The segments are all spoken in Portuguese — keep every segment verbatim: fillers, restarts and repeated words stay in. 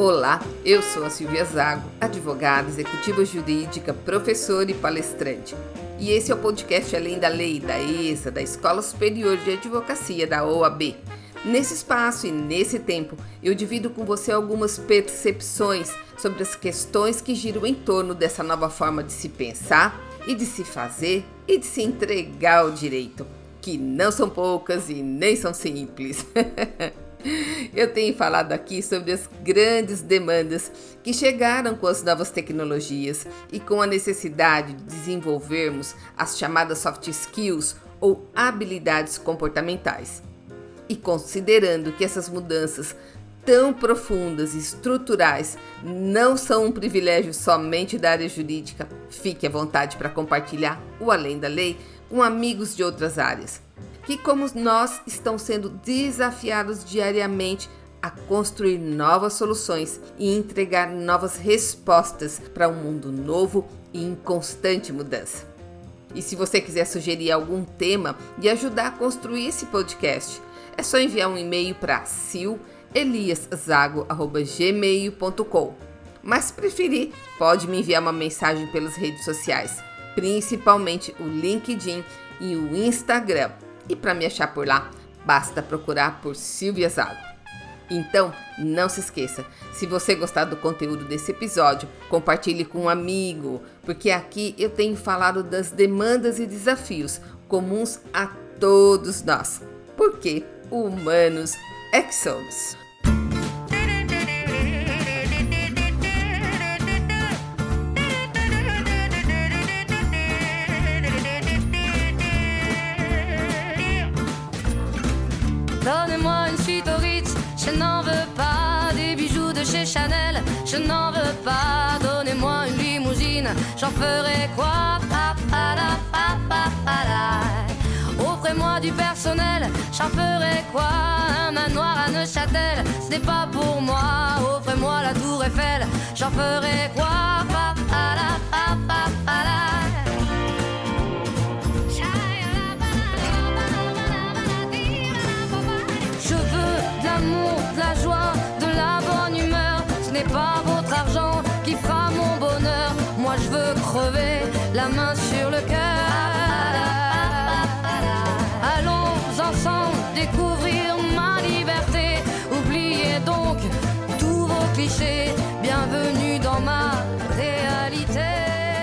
Olá, eu sou a Silvia Zago, advogada, executiva jurídica, professora e palestrante. E esse é o podcast Além da Lei, da E S A, da Escola Superior de Advocacia, da O A B. Nesse espaço e nesse tempo, eu divido com você algumas percepções sobre as questões que giram em torno dessa nova forma de se pensar e de se fazer e de se entregar ao direito, que não são poucas e nem são simples. Eu tenho falado aqui sobre as grandes demandas que chegaram com as novas tecnologias e com a necessidade de desenvolvermos as chamadas soft skills ou habilidades comportamentais. E considerando que essas mudanças tão profundas e estruturais não são um privilégio somente da área jurídica, fique à vontade para compartilhar o Além da Lei com amigos de outras áreas, que como nós estão sendo desafiados diariamente a construir novas soluções e entregar novas respostas para um mundo novo e em constante mudança. E se você quiser sugerir algum tema e ajudar a construir esse podcast, é só enviar um e-mail para sil elias zago arroba gmail ponto com. Mas se preferir, pode me enviar uma mensagem pelas redes sociais, principalmente o LinkedIn e o Instagram. E para me achar por lá, basta procurar por Silvia Zago. Então, não se esqueça, se você gostar do conteúdo desse episódio, compartilhe com um amigo, porque aqui eu tenho falado das demandas e desafios comuns a todos nós, porque humanos é que somos. Donnez-moi une suite au Ritz, je n'en veux pas. Des bijoux de chez Chanel, je n'en veux pas. Donnez-moi une limousine, j'en ferai quoi? Pa, pa, la, pa, pa, pa, la. Offrez-moi du personnel, j'en ferai quoi? Un manoir à Neuchâtel, ce n'est pas pour moi. Offrez-moi la tour Eiffel, j'en ferai quoi? Pa, pa, la, pa, pa, pa, la. De la joie, de la bonne humeur, ce n'est pas votre argent qui fera mon bonheur. Moi je veux crever la main sur le cœur. Allons ensemble découvrir ma liberté. Oubliez donc tous vos clichés. Bienvenue dans ma réalité.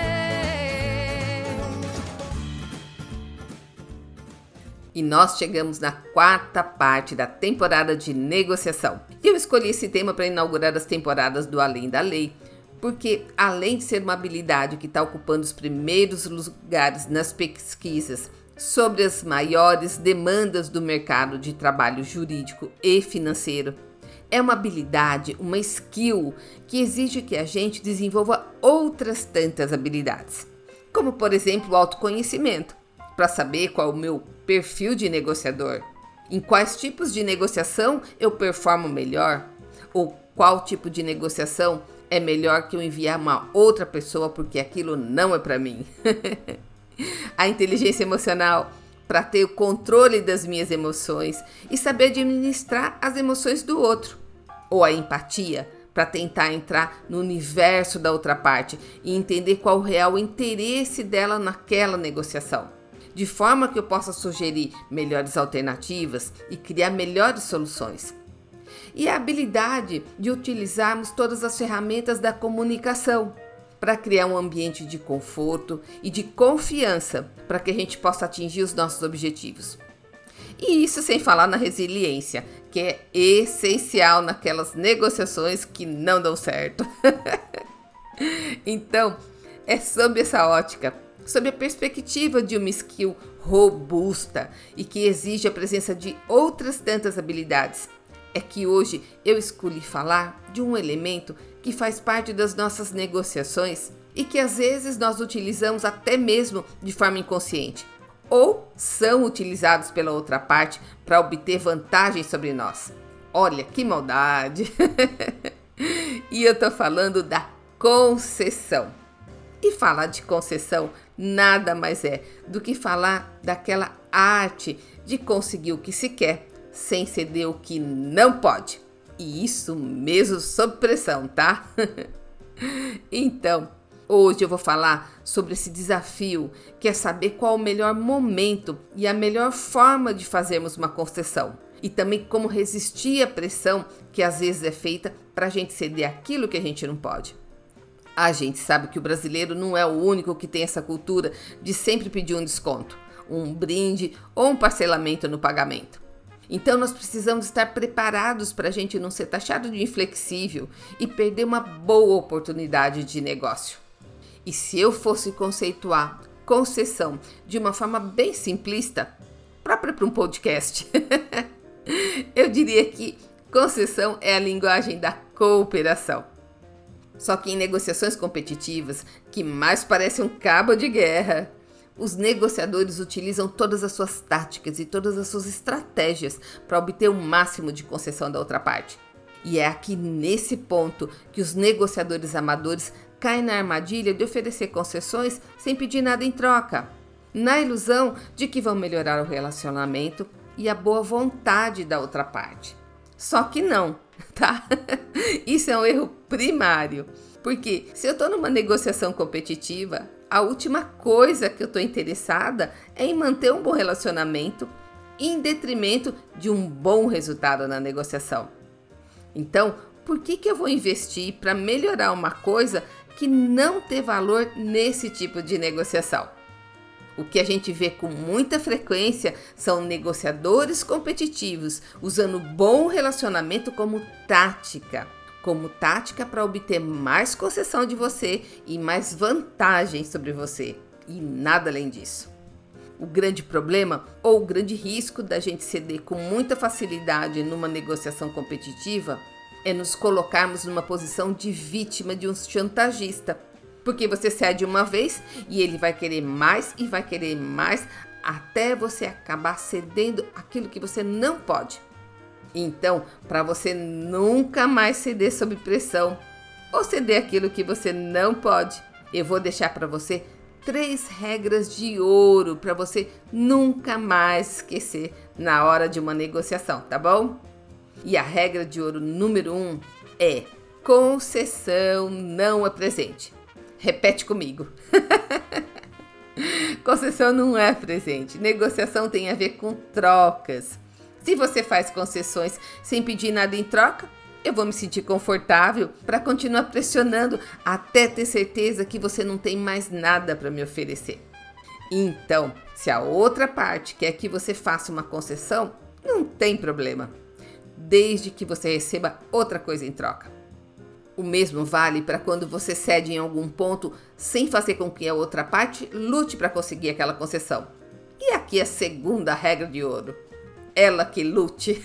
E nós chegamos na quarta parte da temporada de negociação. E eu escolhi esse tema para inaugurar as temporadas do Além da Lei, porque além de ser uma habilidade que está ocupando os primeiros lugares nas pesquisas sobre as maiores demandas do mercado de trabalho jurídico e financeiro, é uma habilidade, uma skill que exige que a gente desenvolva outras tantas habilidades, como por exemplo o autoconhecimento, para saber qual é o meu perfil de negociador, em quais tipos de negociação eu performo melhor, ou qual tipo de negociação é melhor que eu enviar uma outra pessoa porque aquilo não é para mim. A inteligência emocional, para ter o controle das minhas emoções e saber administrar as emoções do outro, ou a empatia, para tentar entrar no universo da outra parte e entender qual o real interesse dela naquela negociação, de forma que eu possa sugerir melhores alternativas e criar melhores soluções. E a habilidade de utilizarmos todas as ferramentas da comunicação para criar um ambiente de conforto e de confiança para que a gente possa atingir os nossos objetivos. E isso sem falar na resiliência, que é essencial naquelas negociações que não dão certo. Então, é sob essa ótica, sob a perspectiva de uma skill robusta e que exige a presença de outras tantas habilidades, é que hoje eu escolhi falar de um elemento que faz parte das nossas negociações e que às vezes nós utilizamos até mesmo de forma inconsciente, ou são utilizados pela outra parte para obter vantagem sobre nós. Olha que maldade! E eu estou falando da concessão. E falar de concessão nada mais é do que falar daquela arte de conseguir o que se quer sem ceder o que não pode. E isso mesmo sob pressão, tá? Então, hoje eu vou falar sobre esse desafio, que é saber qual o melhor momento e a melhor forma de fazermos uma concessão. E também como resistir à pressão que às vezes é feita para a gente ceder aquilo que a gente não pode. A gente sabe que o brasileiro não é o único que tem essa cultura de sempre pedir um desconto, um brinde ou um parcelamento no pagamento. Então nós precisamos estar preparados para a gente não ser taxado de inflexível e perder uma boa oportunidade de negócio. E se eu fosse conceituar concessão de uma forma bem simplista, própria para um podcast, eu diria que concessão é a linguagem da cooperação. Só que em negociações competitivas, que mais parece um cabo de guerra, os negociadores utilizam todas as suas táticas e todas as suas estratégias para obter o máximo de concessão da outra parte. E é aqui nesse ponto que os negociadores amadores caem na armadilha de oferecer concessões sem pedir nada em troca, na ilusão de que vão melhorar o relacionamento e a boa vontade da outra parte. Só que não, tá? Isso é um erro primário, porque se eu estou numa negociação competitiva, a última coisa que eu estou interessada é em manter um bom relacionamento em detrimento de um bom resultado na negociação. Então, por que que eu vou investir para melhorar uma coisa que não tem valor nesse tipo de negociação? O que a gente vê com muita frequência são negociadores competitivos usando bom relacionamento como tática. Como tática para obter mais concessão de você e mais vantagem sobre você. E nada além disso. O grande problema ou o grande risco da gente ceder com muita facilidade numa negociação competitiva é nos colocarmos numa posição de vítima de um chantagista. Porque você cede uma vez e ele vai querer mais e vai querer mais até você acabar cedendo aquilo que você não pode. Então, para você nunca mais ceder sob pressão ou ceder aquilo que você não pode, eu vou deixar para você três regras de ouro para você nunca mais esquecer na hora de uma negociação, tá bom? E a regra de ouro número um é: concessão não é presente. Repete comigo. Concessão não é presente. Negociação tem a ver com trocas. Se você faz concessões sem pedir nada em troca, eu vou me sentir confortável para continuar pressionando até ter certeza que você não tem mais nada para me oferecer. Então, se a outra parte quer que você faça uma concessão, não tem problema, desde que você receba outra coisa em troca. O mesmo vale para quando você cede em algum ponto sem fazer com que a outra parte lute para conseguir aquela concessão. E aqui a segunda regra de ouro: ela que lute.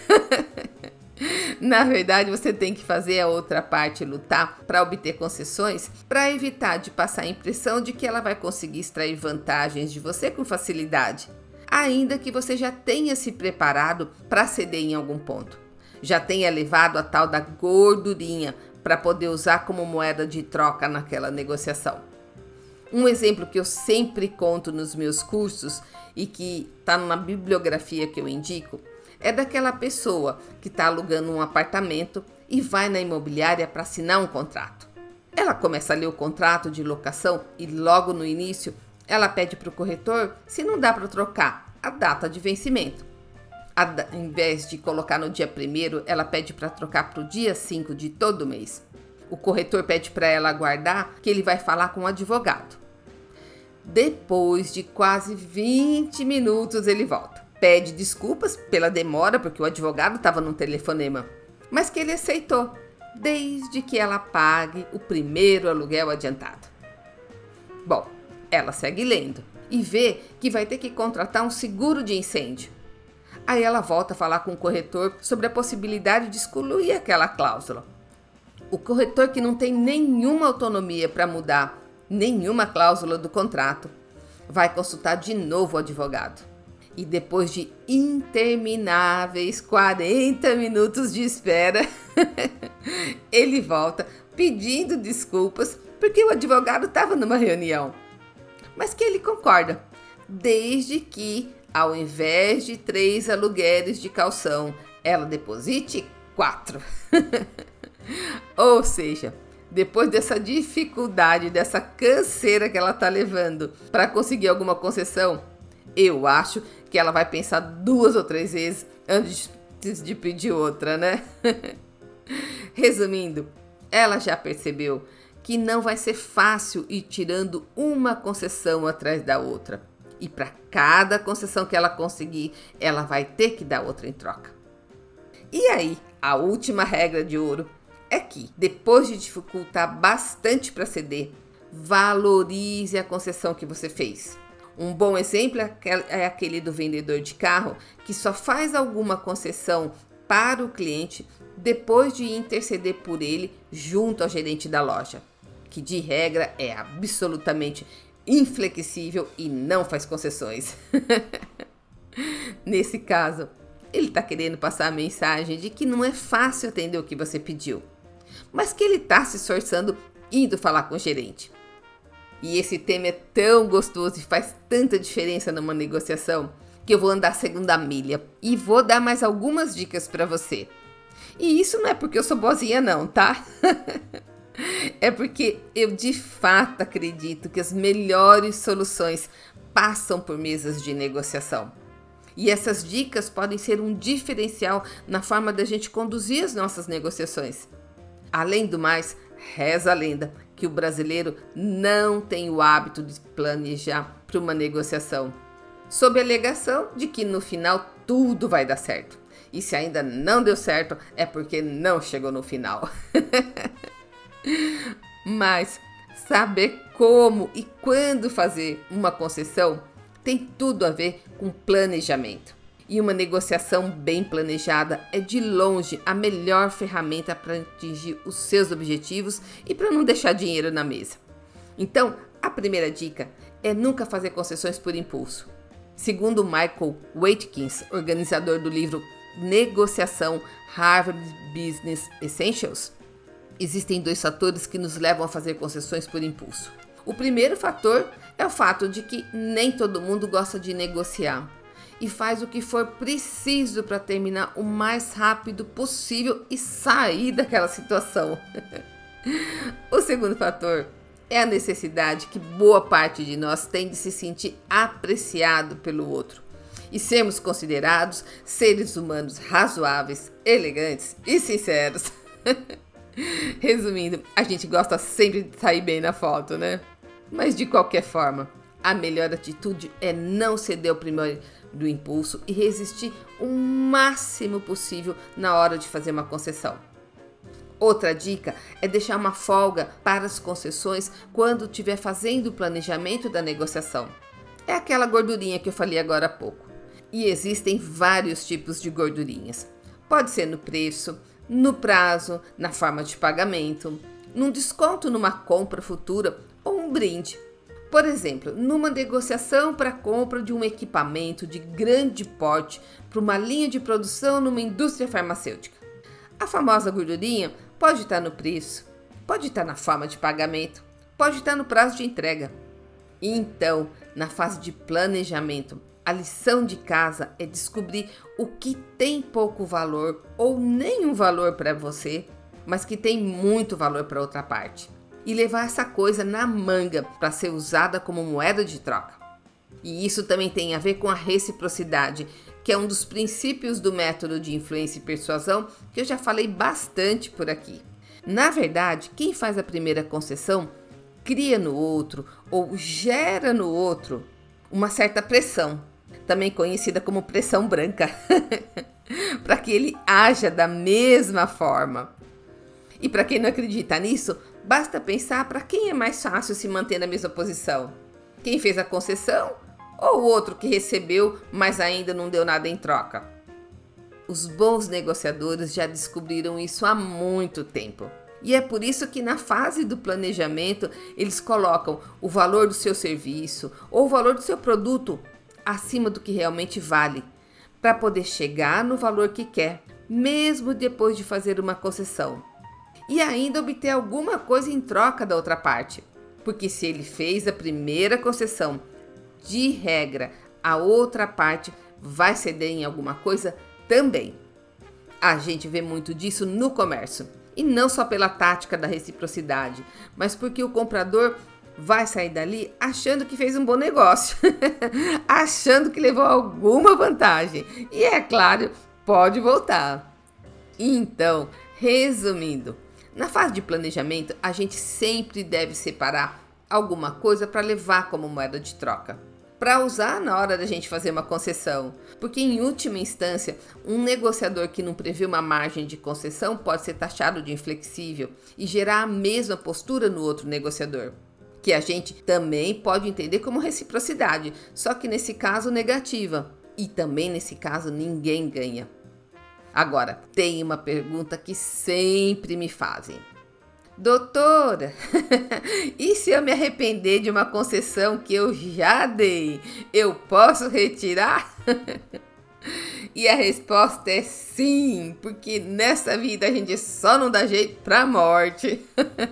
Na verdade, você tem que fazer a outra parte lutar para obter concessões, para evitar de passar a impressão de que ela vai conseguir extrair vantagens de você com facilidade, ainda que você já tenha se preparado para ceder em algum ponto. Já tenha levado a tal da gordurinha para poder usar como moeda de troca naquela negociação. Um exemplo que eu sempre conto nos meus cursos e que está numa bibliografia que eu indico é daquela pessoa que está alugando um apartamento e vai na imobiliária para assinar um contrato. Ela começa a ler o contrato de locação e logo no início ela pede para o corretor se não dá para trocar a data de vencimento. Ao invés de colocar no dia primeiro, ela pede para trocar para o dia cinco de todo mês. O corretor pede para ela aguardar que ele vai falar com o advogado. Depois de quase vinte minutos ele volta. Pede desculpas pela demora, porque o advogado estava num telefonema, mas que ele aceitou, desde que ela pague o primeiro aluguel adiantado. Bom, ela segue lendo e vê que vai ter que contratar um seguro de incêndio. Aí ela volta a falar com o corretor sobre a possibilidade de excluir aquela cláusula. O corretor, que não tem nenhuma autonomia para mudar nenhuma cláusula do contrato, vai consultar de novo o advogado. E depois de intermináveis quarenta minutos de espera, ele volta pedindo desculpas porque o advogado estava numa reunião. Mas que ele concorda, desde que, ao invés de três aluguéis de calção, ela deposite quatro. Ou seja, depois dessa dificuldade, dessa canseira que ela tá levando para conseguir alguma concessão, eu acho que ela vai pensar duas ou três vezes antes de pedir outra, né? Resumindo, ela já percebeu que não vai ser fácil ir tirando uma concessão atrás da outra. E para cada concessão que ela conseguir, ela vai ter que dar outra em troca. E aí, a última regra de ouro é que, depois de dificultar bastante para ceder, valorize a concessão que você fez. Um bom exemplo é aquele do vendedor de carro que só faz alguma concessão para o cliente depois de interceder por ele junto ao gerente da loja, que de regra é absolutamente inflexível e não faz concessões. Nesse caso, ele está querendo passar a mensagem de que não é fácil atender o que você pediu, mas que ele está se esforçando indo falar com o gerente. E esse tema é tão gostoso e faz tanta diferença numa negociação que eu vou andar a segunda milha e vou dar mais algumas dicas para você. E isso não é porque eu sou boazinha não, tá? É porque eu de fato acredito que as melhores soluções passam por mesas de negociação. E essas dicas podem ser um diferencial na forma da gente conduzir as nossas negociações. Além do mais, reza a lenda que o brasileiro não tem o hábito de planejar para uma negociação, sob a alegação de que no final tudo vai dar certo. E se ainda não deu certo, é porque não chegou no final. Mas saber como e quando fazer uma concessão tem tudo a ver com planejamento. E uma negociação bem planejada é de longe a melhor ferramenta para atingir os seus objetivos e para não deixar dinheiro na mesa. Então, a primeira dica é nunca fazer concessões por impulso. Segundo Michael Watkins, organizador do livro Negociação Harvard Business Essentials, existem dois fatores que nos levam a fazer concessões por impulso. O primeiro fator é o fato de que nem todo mundo gosta de negociar e faz o que for preciso para terminar o mais rápido possível e sair daquela situação. O segundo fator é a necessidade que boa parte de nós tem de se sentir apreciado pelo outro e sermos considerados seres humanos razoáveis, elegantes e sinceros. Resumindo, a gente gosta sempre de sair bem na foto, né? Mas de qualquer forma, a melhor atitude é não ceder ao primeiro do impulso e resistir o máximo possível na hora de fazer uma concessão. Outra dica é deixar uma folga para as concessões quando estiver fazendo o planejamento da negociação. É aquela gordurinha que eu falei agora há pouco. E existem vários tipos de gordurinhas. Pode ser no preço, no prazo, na forma de pagamento, num desconto numa compra futura ou um brinde. Por exemplo, numa negociação para a compra de um equipamento de grande porte para uma linha de produção numa indústria farmacêutica. A famosa gordurinha pode estar no preço, pode estar na forma de pagamento, pode estar no prazo de entrega. Então, na fase de planejamento, a lição de casa é descobrir o que tem pouco valor ou nenhum valor para você, mas que tem muito valor para outra parte. E levar essa coisa na manga para ser usada como moeda de troca. E isso também tem a ver com a reciprocidade, que é um dos princípios do método de influência e persuasão que eu já falei bastante por aqui. Na verdade, quem faz a primeira concessão cria no outro ou gera no outro uma certa pressão, também conhecida como pressão branca, para que ele haja da mesma forma. E para quem não acredita nisso, basta pensar para quem é mais fácil se manter na mesma posição. Quem fez a concessão ou o outro que recebeu, mas ainda não deu nada em troca? Os bons negociadores já descobriram isso há muito tempo. E é por isso que na fase do planejamento eles colocam o valor do seu serviço ou o valor do seu produto acima do que realmente vale, para poder chegar no valor que quer, mesmo depois de fazer uma concessão. E ainda obter alguma coisa em troca da outra parte. Porque se ele fez a primeira concessão, de regra, a outra parte vai ceder em alguma coisa também. A gente vê muito disso no comércio. E não só pela tática da reciprocidade, mas porque o comprador vai sair dali achando que fez um bom negócio, achando que levou alguma vantagem. E é claro, pode voltar. Então, resumindo, na fase de planejamento, a gente sempre deve separar alguma coisa para levar como moeda de troca, para usar na hora da gente fazer uma concessão, porque em última instância, um negociador que não prevê uma margem de concessão pode ser taxado de inflexível e gerar a mesma postura no outro negociador, que a gente também pode entender como reciprocidade, só que nesse caso negativa, e também nesse caso ninguém ganha. Agora, tem uma pergunta que sempre me fazem. Doutora, e se eu me arrepender de uma concessão que eu já dei, eu posso retirar? E a resposta é sim, porque nessa vida a gente só não dá jeito pra morte.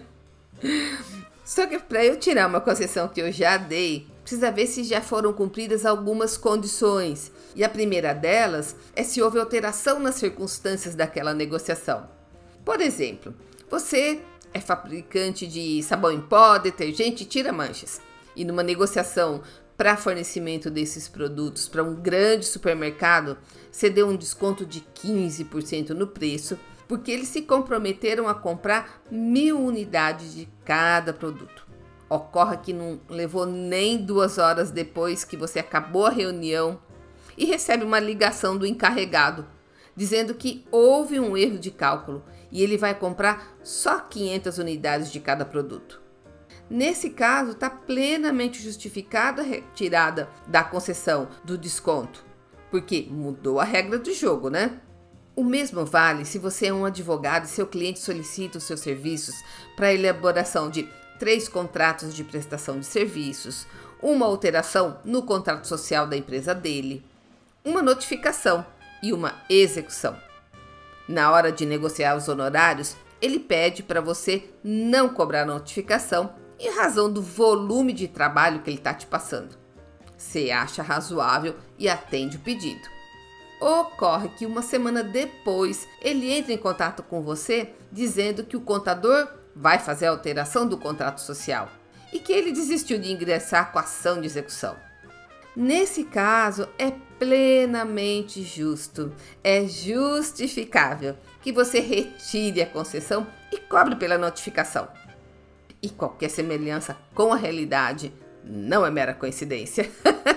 Só que para eu tirar uma concessão que eu já dei, precisa ver se já foram cumpridas algumas condições. E a primeira delas é se houve alteração nas circunstâncias daquela negociação. Por exemplo, você é fabricante de sabão em pó, detergente e tira-manchas. E numa negociação para fornecimento desses produtos para um grande supermercado, você deu um desconto de quinze por cento no preço, porque eles se comprometeram a comprar mil unidades de cada produto. Ocorre que não levou nem duas horas depois que você acabou a reunião e recebe uma ligação do encarregado, dizendo que houve um erro de cálculo e ele vai comprar só quinhentas unidades de cada produto. Nesse caso, está plenamente justificada a retirada da concessão do desconto, porque mudou a regra do jogo, né? O mesmo vale se você é um advogado e seu cliente solicita os seus serviços para a elaboração de três contratos de prestação de serviços, uma alteração no contrato social da empresa dele, uma notificação e uma execução. Na hora de negociar os honorários, ele pede para você não cobrar notificação em razão do volume de trabalho que ele está te passando. Você acha razoável e atende o pedido. Ocorre que uma semana depois ele entra em contato com você dizendo que o contador vai fazer a alteração do contrato social e que ele desistiu de ingressar com a ação de execução. Nesse caso, é plenamente justo, é justificável que você retire a concessão e cobre pela notificação. E qualquer semelhança com a realidade não é mera coincidência.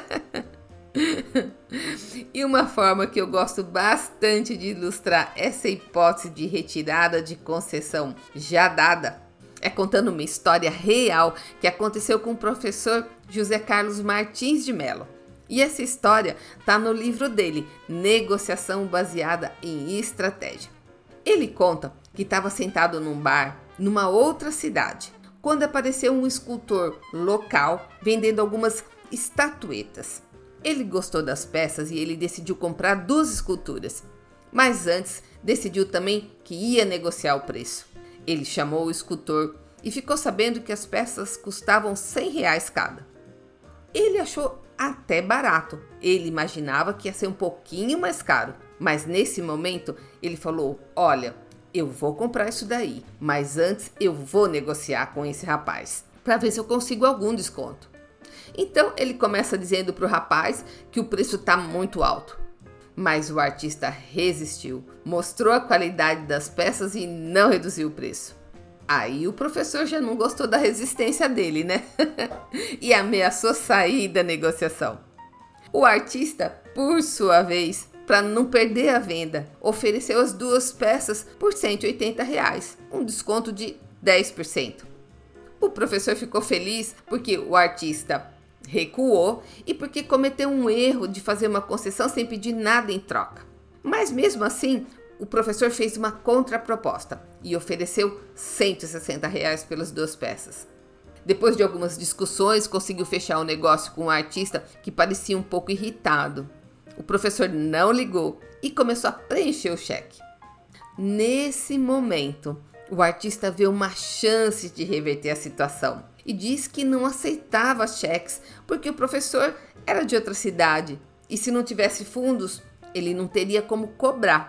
E uma forma que eu gosto bastante de ilustrar essa hipótese de retirada de concessão já dada é contando uma história real que aconteceu com o professor José Carlos Martins de Mello. E essa história está no livro dele, Negociação Baseada em Estratégia. Ele conta que estava sentado num bar numa outra cidade, quando apareceu um escultor local vendendo algumas estatuetas. Ele gostou das peças e ele decidiu comprar duas esculturas, mas antes decidiu também que ia negociar o preço. Ele chamou o escultor e ficou sabendo que as peças custavam cem reais cada. Ele achou até barato, ele imaginava que ia ser um pouquinho mais caro, mas nesse momento ele falou: olha, eu vou comprar isso daí, mas antes eu vou negociar com esse rapaz, para ver se eu consigo algum desconto. Então ele começa dizendo para o rapaz que o preço está muito alto, mas o artista resistiu, mostrou a qualidade das peças e não reduziu o preço. Aí o professor já não gostou da resistência dele, né? E ameaçou sair da negociação. O artista, por sua vez, para não perder a venda, ofereceu as duas peças por cento e oitenta reais, um desconto de dez por cento. O professor ficou feliz porque o artista recuou e porque cometeu um erro de fazer uma concessão sem pedir nada em troca. Mas mesmo assim, o professor fez uma contraproposta e ofereceu cento e sessenta reais pelas duas peças. Depois de algumas discussões, conseguiu fechar o negócio com o artista, que parecia um pouco irritado. O professor não ligou e começou a preencher o cheque. Nesse momento, o artista vê uma chance de reverter a situação e diz que não aceitava cheques porque o professor era de outra cidade e se não tivesse fundos, ele não teria como cobrar.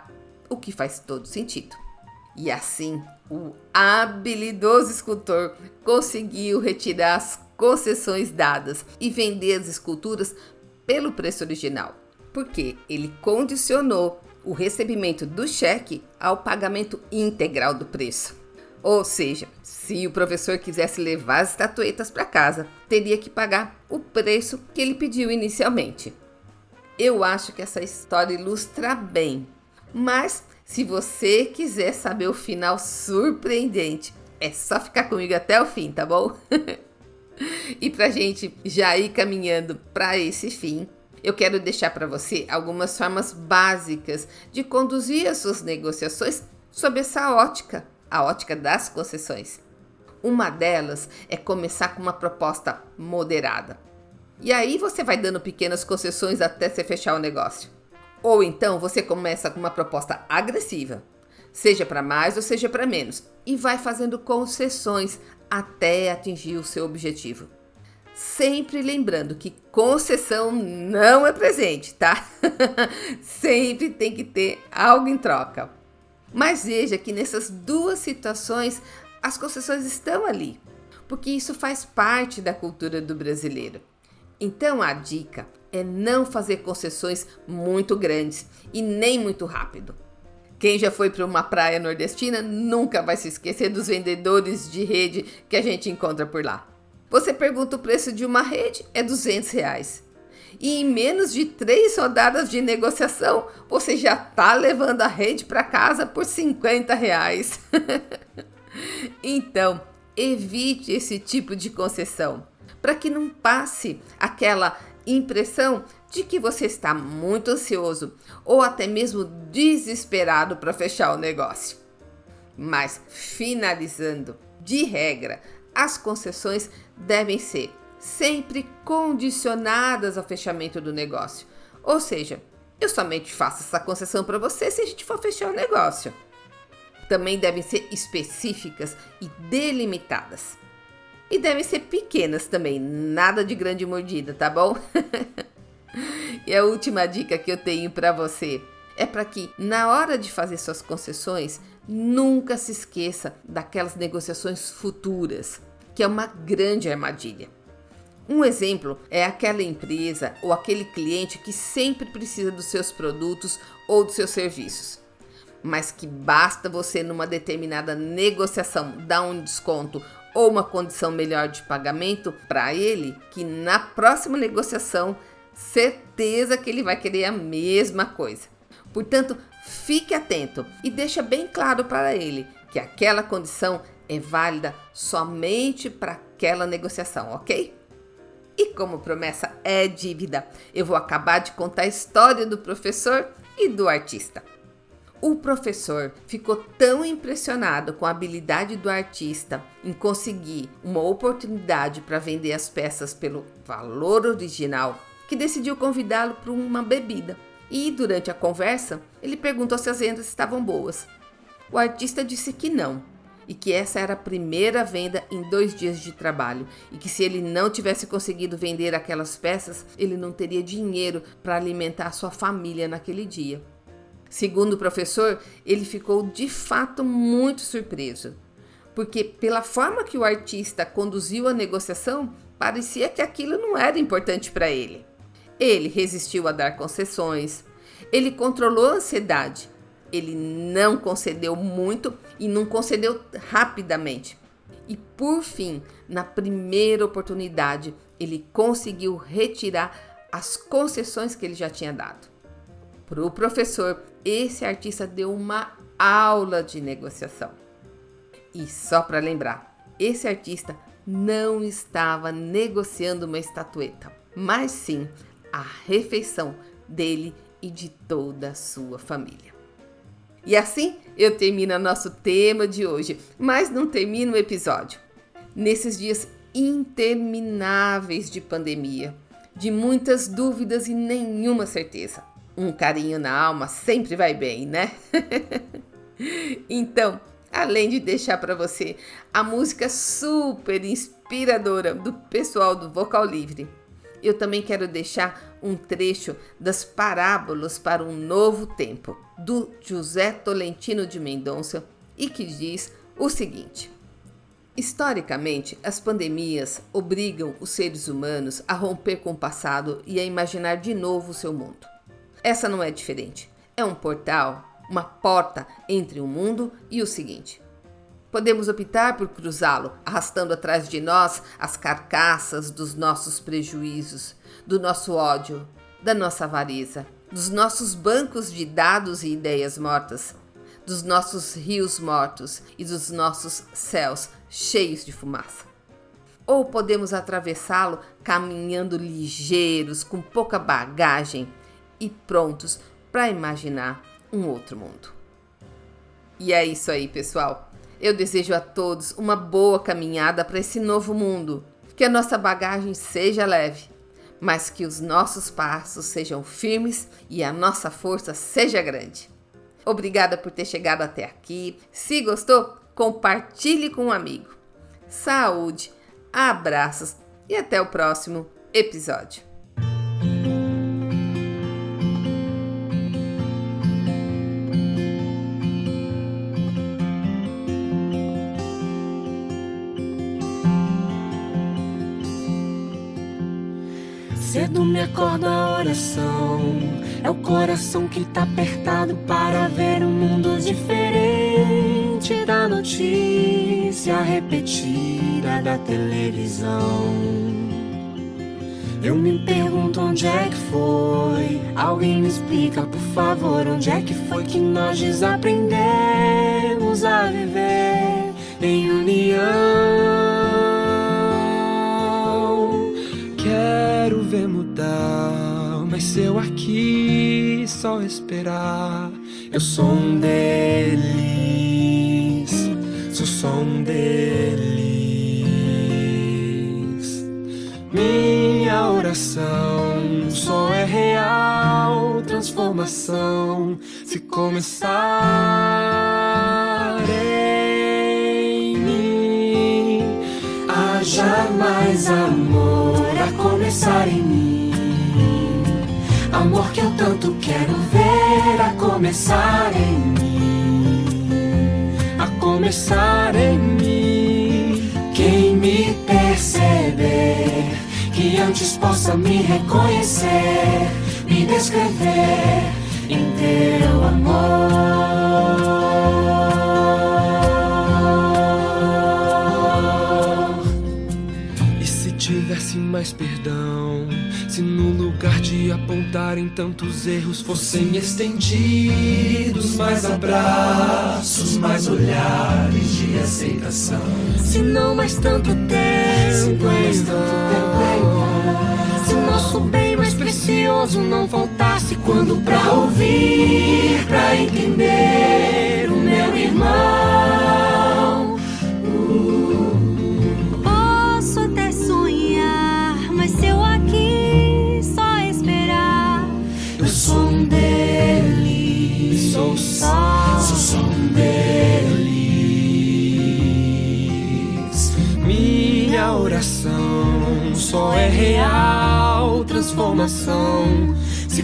o que faz todo sentido. E assim, o habilidoso escultor conseguiu retirar as concessões dadas e vender as esculturas pelo preço original, porque ele condicionou o recebimento do cheque ao pagamento integral do preço. Ou seja, se o professor quisesse levar as estatuetas para casa, teria que pagar o preço que ele pediu inicialmente. Eu acho que essa história ilustra bem, mas se você quiser saber o final surpreendente, é só ficar comigo até o fim, tá bom? E pra gente já ir caminhando para esse fim, eu quero deixar para você algumas formas básicas de conduzir as suas negociações sob essa ótica, a ótica das concessões. Uma delas é começar com uma proposta moderada. E aí você vai dando pequenas concessões até você fechar o negócio. Ou então você começa com uma proposta agressiva, seja para mais ou seja para menos, e vai fazendo concessões até atingir o seu objetivo. Sempre lembrando que concessão não é presente, tá? Sempre tem que ter algo em troca. Mas veja que nessas duas situações as concessões estão ali, porque isso faz parte da cultura do brasileiro. Então a dica é não fazer concessões muito grandes e nem muito rápido. Quem já foi para uma praia nordestina nunca vai se esquecer dos vendedores de rede que a gente encontra por lá. Você pergunta o preço de uma rede, é duzentos reais. E em menos de três rodadas de negociação, você já está levando a rede para casa por cinquenta reais. Então, evite esse tipo de concessão, para que não passe aquela impressão de que você está muito ansioso ou até mesmo desesperado para fechar o negócio. Mas, finalizando, de regra, as concessões devem ser sempre condicionadas ao fechamento do negócio. Ou seja, eu somente faço essa concessão para você se a gente for fechar o negócio. Também devem ser específicas e delimitadas. E devem ser pequenas também, nada de grande mordida, tá bom? E a última dica que eu tenho para você é para que, na hora de fazer suas concessões, nunca se esqueça daquelas negociações futuras, que é uma grande armadilha. Um exemplo é aquela empresa ou aquele cliente que sempre precisa dos seus produtos ou dos seus serviços, mas que basta você, numa determinada negociação, dar um desconto ou uma condição melhor de pagamento para ele, que na próxima negociação, certeza que ele vai querer a mesma coisa. Portanto, fique atento e deixa bem claro para ele que aquela condição é válida somente para aquela negociação, ok? E como promessa é dívida, eu vou acabar de contar a história do professor e do artista. O professor ficou tão impressionado com a habilidade do artista em conseguir uma oportunidade para vender as peças pelo valor original, que decidiu convidá-lo para uma bebida. E durante a conversa, ele perguntou se as vendas estavam boas. O artista disse que não, e que essa era a primeira venda em dois dias de trabalho, e que se ele não tivesse conseguido vender aquelas peças, ele não teria dinheiro para alimentar sua família naquele dia. Segundo o professor, ele ficou de fato muito surpreso, porque pela forma que o artista conduziu a negociação, parecia que aquilo não era importante para ele. Ele resistiu a dar concessões, ele controlou a ansiedade, ele não concedeu muito e não concedeu rapidamente. E por fim, na primeira oportunidade, ele conseguiu retirar as concessões que ele já tinha dado. Para o professor, esse artista deu uma aula de negociação. E só para lembrar, esse artista não estava negociando uma estatueta, mas sim a refeição dele e de toda a sua família. E assim eu termino nosso tema de hoje, mas não termino o episódio. Nesses dias intermináveis de pandemia, de muitas dúvidas e nenhuma certeza, um carinho na alma sempre vai bem, né? Então, além de deixar para você a música super inspiradora do pessoal do Vocal Livre, eu também quero deixar um trecho das Parábolas para um Novo Tempo, do José Tolentino de Mendonça, e que diz o seguinte: historicamente, as pandemias obrigam os seres humanos a romper com o passado e a imaginar de novo o seu mundo. Essa não é diferente. É um portal, uma porta entre o mundo e o seguinte. Podemos optar por cruzá-lo, arrastando atrás de nós as carcaças dos nossos prejuízos, do nosso ódio, da nossa avareza, dos nossos bancos de dados e ideias mortas, dos nossos rios mortos e dos nossos céus cheios de fumaça. Ou podemos atravessá-lo caminhando ligeiros, com pouca bagagem e prontos para imaginar um outro mundo. E é isso aí, pessoal. Eu desejo a todos uma boa caminhada para esse novo mundo, que a nossa bagagem seja leve, mas que os nossos passos sejam firmes e a nossa força seja grande. Obrigada por ter chegado até aqui. Se gostou, compartilhe com um amigo. Saúde, abraços e até o próximo episódio. Cedo me acorda a oração, é o coração que tá apertado para ver um mundo diferente da notícia repetida da televisão. Eu me pergunto onde é que foi, alguém me explica por favor, onde é que foi que nós desaprendemos a viver em união. Quero ver mudar, mas se eu aqui só esperar, eu sou um deles, sou só um deles. Minha oração só é real transformação se começar em mim. Haja mais amor a começar em mim, amor que eu tanto quero ver a começar em mim, a começar em mim. Quem me perceber, que antes possa me reconhecer, me descrever em teu amor. E se tivesse mais perdão, se no lugar de apontarem tantos erros fossem estendidos mais abraços, mais olhares de aceitação, se não mais tanto tempo em vão, se o nosso bem mais precioso não faltasse quando pra ouvir, pra entender o meu irmão. Posso até sonhar, mas se eu aqui só esperar, Eu sou um deles, sou só, sou só um deles. Minha oração só é real transformação se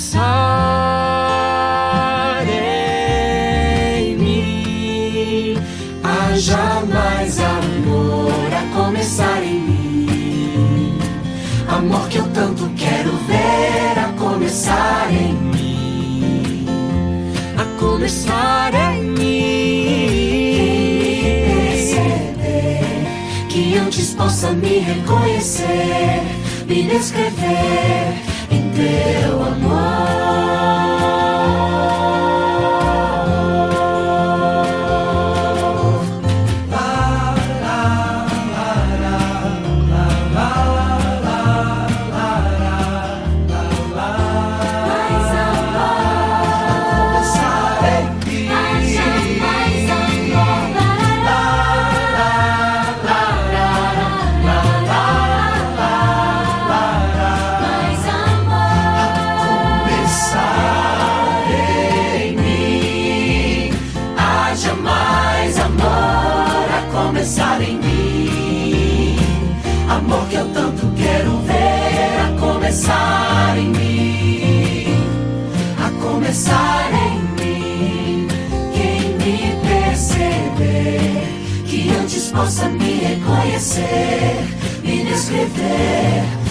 começar em mim. Haja mais amor a começar em mim, amor que eu tanto quero ver a começar em mim, a começar em mim. Perceber que antes possa me reconhecer, me descrever em teu amor. possa me reconhecer, me descrever.